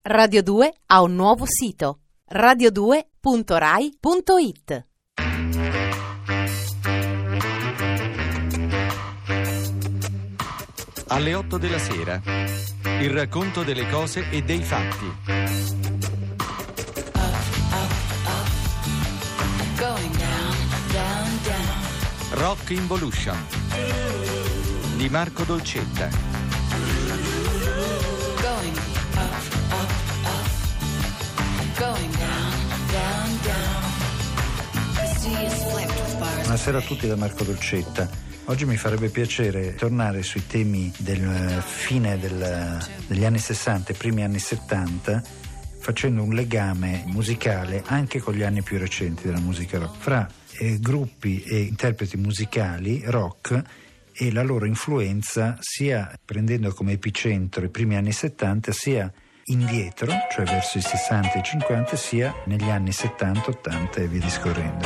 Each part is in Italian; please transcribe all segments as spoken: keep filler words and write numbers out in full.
Radio due ha un nuovo sito: radio due punto rai punto it. Alle otto della sera, il racconto delle cose e dei fatti. Rock Involution di Marco Dolcetta. Buonasera a tutti da Marco Dolcetta. Oggi mi farebbe piacere tornare sui temi del fine del, degli anni sessanta e primi anni settanta, facendo un legame musicale anche con gli anni più recenti della musica rock, fra eh, gruppi e interpreti musicali rock e la loro influenza, sia prendendo come epicentro i primi anni settanta, sia indietro, cioè verso i sessanta e i cinquanta, sia negli anni settanta, ottanta e via discorrendo.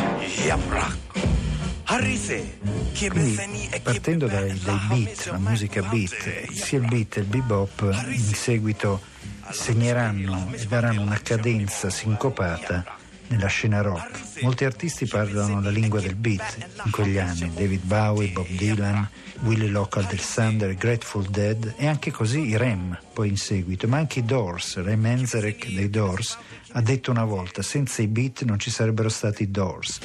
Quindi, partendo dai, dai beat, la musica beat, sia il beat e il bebop in seguito segneranno e daranno una cadenza sincopata nella scena rock. Molti artisti parlano la lingua del beat in quegli anni: David Bowie, Bob Dylan, Willie Local del Thunder, Grateful Dead, e anche così i Rem poi in seguito, ma anche i Doors. Ray Manzarek dei Doors ha detto una volta: senza i beat non ci sarebbero stati i Doors.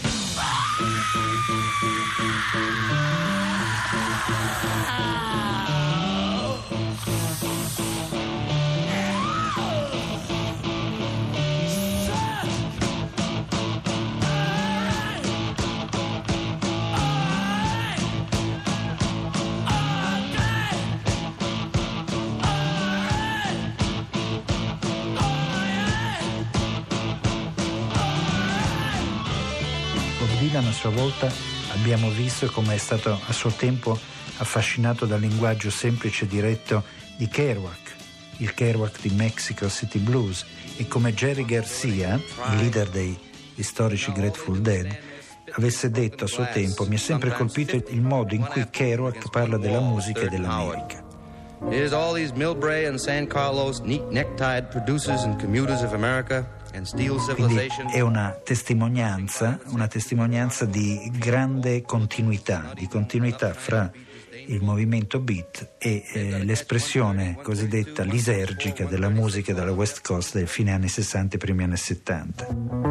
Dylan, a sua volta, abbiamo visto come è stato a suo tempo affascinato dal linguaggio semplice e diretto di Kerouac, il Kerouac di Mexico City Blues, e come Jerry Garcia, il leader dei storici Grateful Dead, avesse detto a suo tempo: mi ha sempre colpito il modo in cui Kerouac parla della musica e dell'America. It is all these Millbrae and San Carlos neat necktied producers and commuters of America. Quindi è una testimonianza, una testimonianza di grande continuità, di continuità fra il movimento beat e eh, l'espressione cosiddetta lisergica della musica della West Coast del fine anni sessanta e primi anni settanta.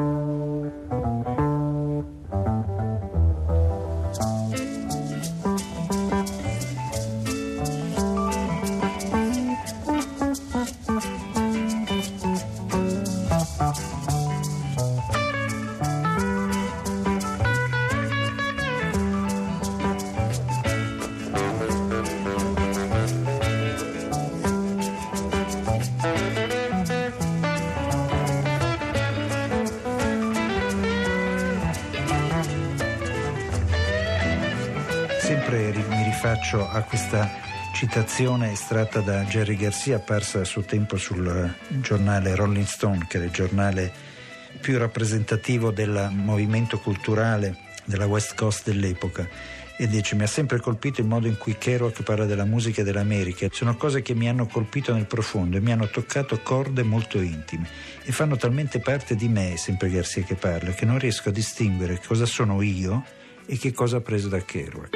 Sempre mi rifaccio a questa citazione estratta da Jerry Garcia, apparsa a suo tempo sul giornale Rolling Stone, che era il giornale più rappresentativo del movimento culturale della West Coast dell'epoca, e dice: mi ha sempre colpito il modo in cui Kerouac parla della musica dell'America. Sono cose che mi hanno colpito nel profondo e mi hanno toccato corde molto intime e fanno talmente parte di me, sempre Garcia che parla, che non riesco a distinguere cosa sono io e che cosa ha preso da Kerouac.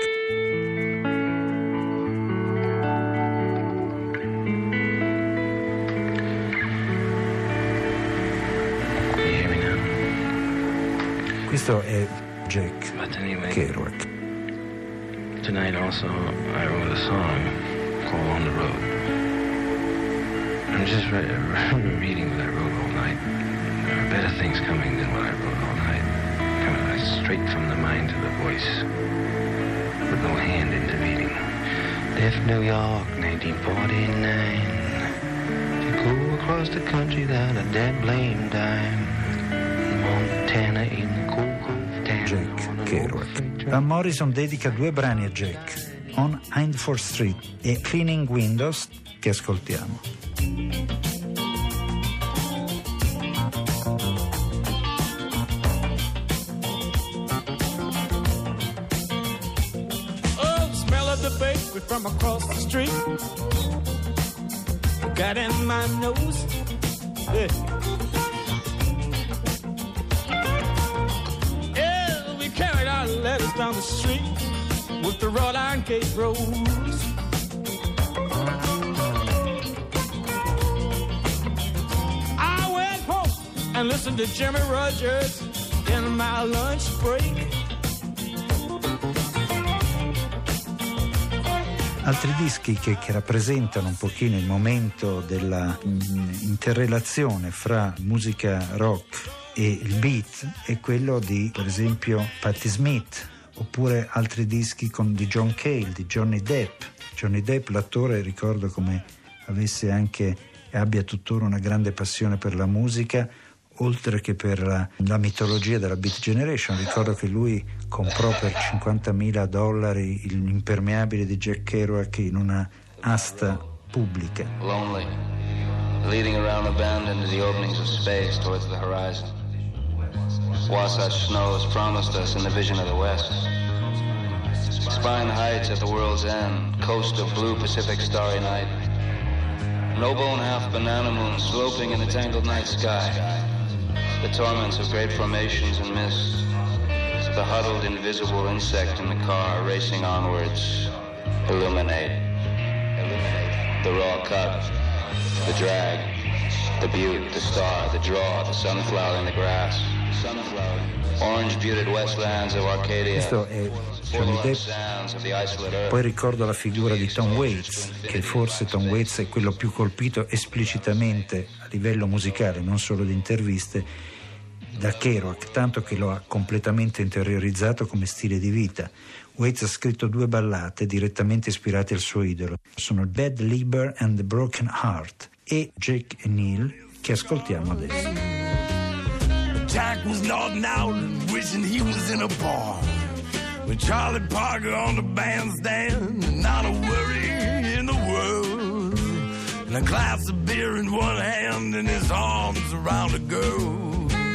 Questo è Jack Kerouac. Tonight also I wrote a song called On the Road. I'm just re- re- reading what I wrote all night. There are better things coming than what I wrote all night. Coming straight from the mind to the voice, with no hand intervening. Left New York, nineteen forty-nine, to go across the country without a dead blame dime. Montana in the cool, cool town. Jack Kerouac. Van Morrison dedica due brani a Jack: On Hindford Street e Cleaning Windows, che ascoltiamo. Oh, the smell of the bakery from across the street got in my nose. Hey. Yeah, we carried our letters down the street with the wrought iron gate roads. I went home and listened to Jimmy Rogers in my lunch break. Altri dischi che, che rappresentano un pochino il momento della mh, interrelazione fra musica rock e il beat è quello di, per esempio, Patti Smith, oppure altri dischi con, di John Cale, di Johnny Depp. Johnny Depp, l'attore, ricordo come avesse anche e abbia tuttora una grande passione per la musica, oltre che per la, la mitologia della Beat Generation. Ricordo che lui comprò per cinquantamila dollari l'impermeabile di Jack Kerouac in una asta pubblica. Lonely, leading around abandoned the openings of space towards the horizon. Wasatch snows promised us in the vision of the west. Spine heights at the world's end, coast of blue Pacific starry night. No bone half banana moon sloping in the tangled night sky. The torments of great formations and mists. The huddled invisible insect in the car racing onwards. Illuminate. Illuminate. The raw cut. The drag. The butte. The star. The draw. The sunflower in the grass. Sunflower. Orange buted westlands of Arcadia. Questo è Johnny Depp. Poi ricordo la figura di Tom Waits, che forse Tom Waits è quello più colpito esplicitamente a livello musicale, non solo di interviste, da Kerouac, tanto che lo ha completamente interiorizzato come stile di vita. Waits ha scritto due ballate direttamente ispirate al suo idolo, sono Bad Liber and the Broken Heart e Jake e Neil, che ascoltiamo adesso. Jack was nodding out and wishing he was in a bar with Charlie Parker on the bandstand, and not a worry in the world, and a glass of beer in one hand and his arms around a girl.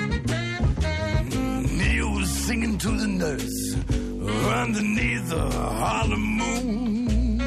Neil was singing to the nurse underneath the Harlem moon,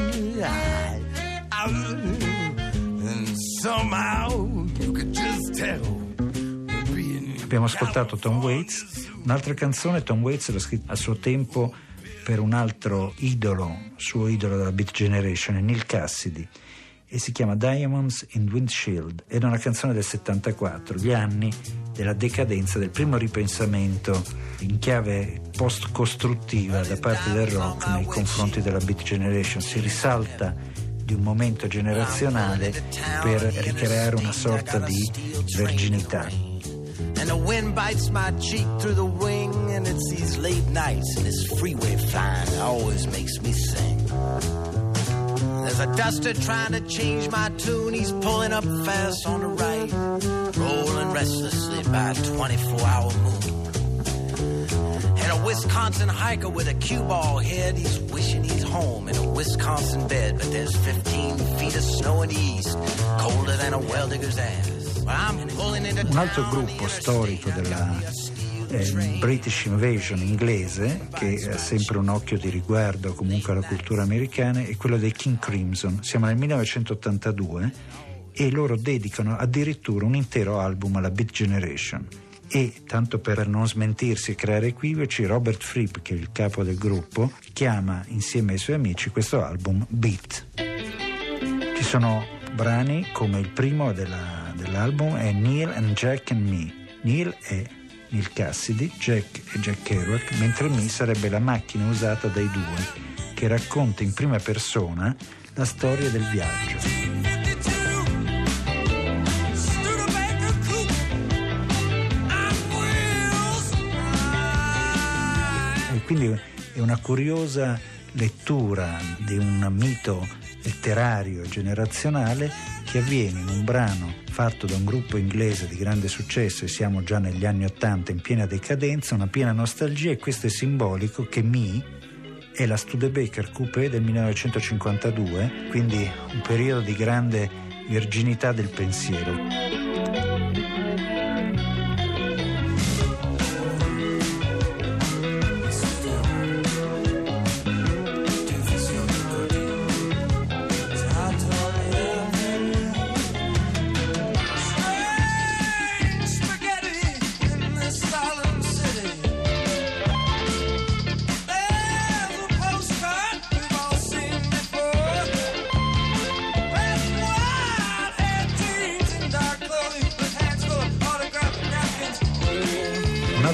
and somehow you could just tell. Abbiamo ascoltato Tom Waits. Un'altra canzone Tom Waits l'ha scritta a suo tempo per un altro idolo, suo idolo della Beat Generation, Neil Cassidy, e si chiama Diamonds in Windshield. Era una canzone del settantaquattro, gli anni della decadenza, del primo ripensamento in chiave post-costruttiva da parte del rock nei confronti della Beat Generation. Si risalta di un momento generazionale per ricreare una sorta di verginità. And the wind bites my cheek through the wing, and it's these late nights and this freeway flying that always makes me sing. There's a duster trying to change my tune, he's pulling up fast on the right, rolling restlessly by a twenty-four hour moon. And a Wisconsin hiker with a cue ball head, he's wishing he's home in a Wisconsin bed, but there's fifteen feet of snow in the east, colder than a well digger's ass. Un altro gruppo storico della eh, British Invasion inglese, che ha sempre un occhio di riguardo comunque alla cultura americana, è quello dei King Crimson. Siamo nel millenovecentottantadue e loro dedicano addirittura un intero album alla Beat Generation. E, tanto per non smentirsi e creare equivoci, Robert Fripp, che è il capo del gruppo, chiama insieme ai suoi amici questo album Beat. Ci sono brani come il primo della dell'album è Neil and Jack and Me. Neil è Neil Cassidy, Jack e Jack Kerouac, mentre Me sarebbe la macchina usata dai due, che racconta in prima persona la storia del viaggio. E quindi è una curiosa lettura di un mito letterario generazionale che avviene in un brano fatto da un gruppo inglese di grande successo, e siamo già negli anni Ottanta in piena decadenza, una piena nostalgia, e questo è simbolico che Me è la Studebaker Coupé del millenovecentocinquantadue, quindi un periodo di grande verginità del pensiero.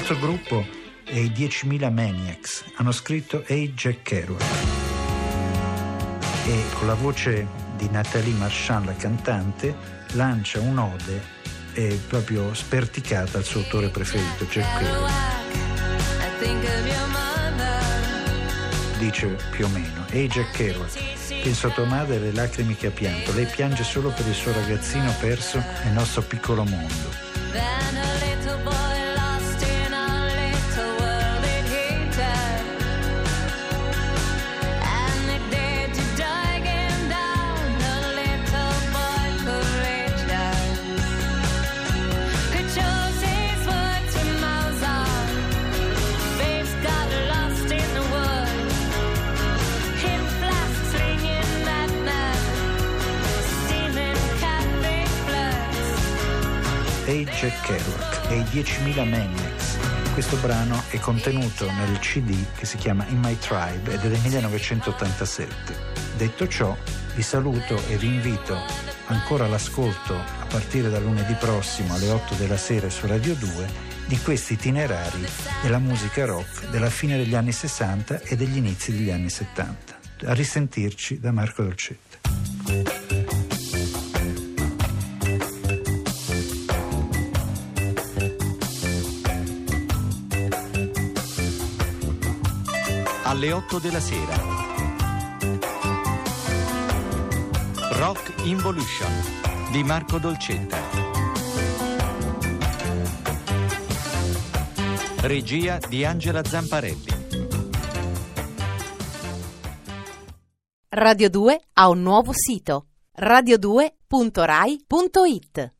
L'altro gruppo è i diecimila Maniacs, hanno scritto Hey Jack Kerouac, e con la voce di Nathalie Marchand, la cantante, lancia un'ode eh, proprio sperticata al suo autore preferito, Jack Kerouac. Dice più o meno: Hey Jack Kerouac, penso a tua madre e le lacrime che ha pianto. Lei piange solo per il suo ragazzino perso nel nostro piccolo mondo. Hey Jack Kerouac e i diecimila Maniacs. Questo brano è contenuto nel C D che si chiama In My Tribe ed è del millenovecentottantasette. Detto ciò, vi saluto e vi invito ancora all'ascolto a partire dal lunedì prossimo alle otto della sera su Radio due di questi itinerari della musica rock della fine degli anni sessanta e degli inizi degli anni settanta. A risentirci da Marco Dolcetta. Alle otto della sera. Rock Involution di Marco Dolcetta. Regia di Angela Zamparelli. Radio due ha un nuovo sito: radio due punto rai punto it.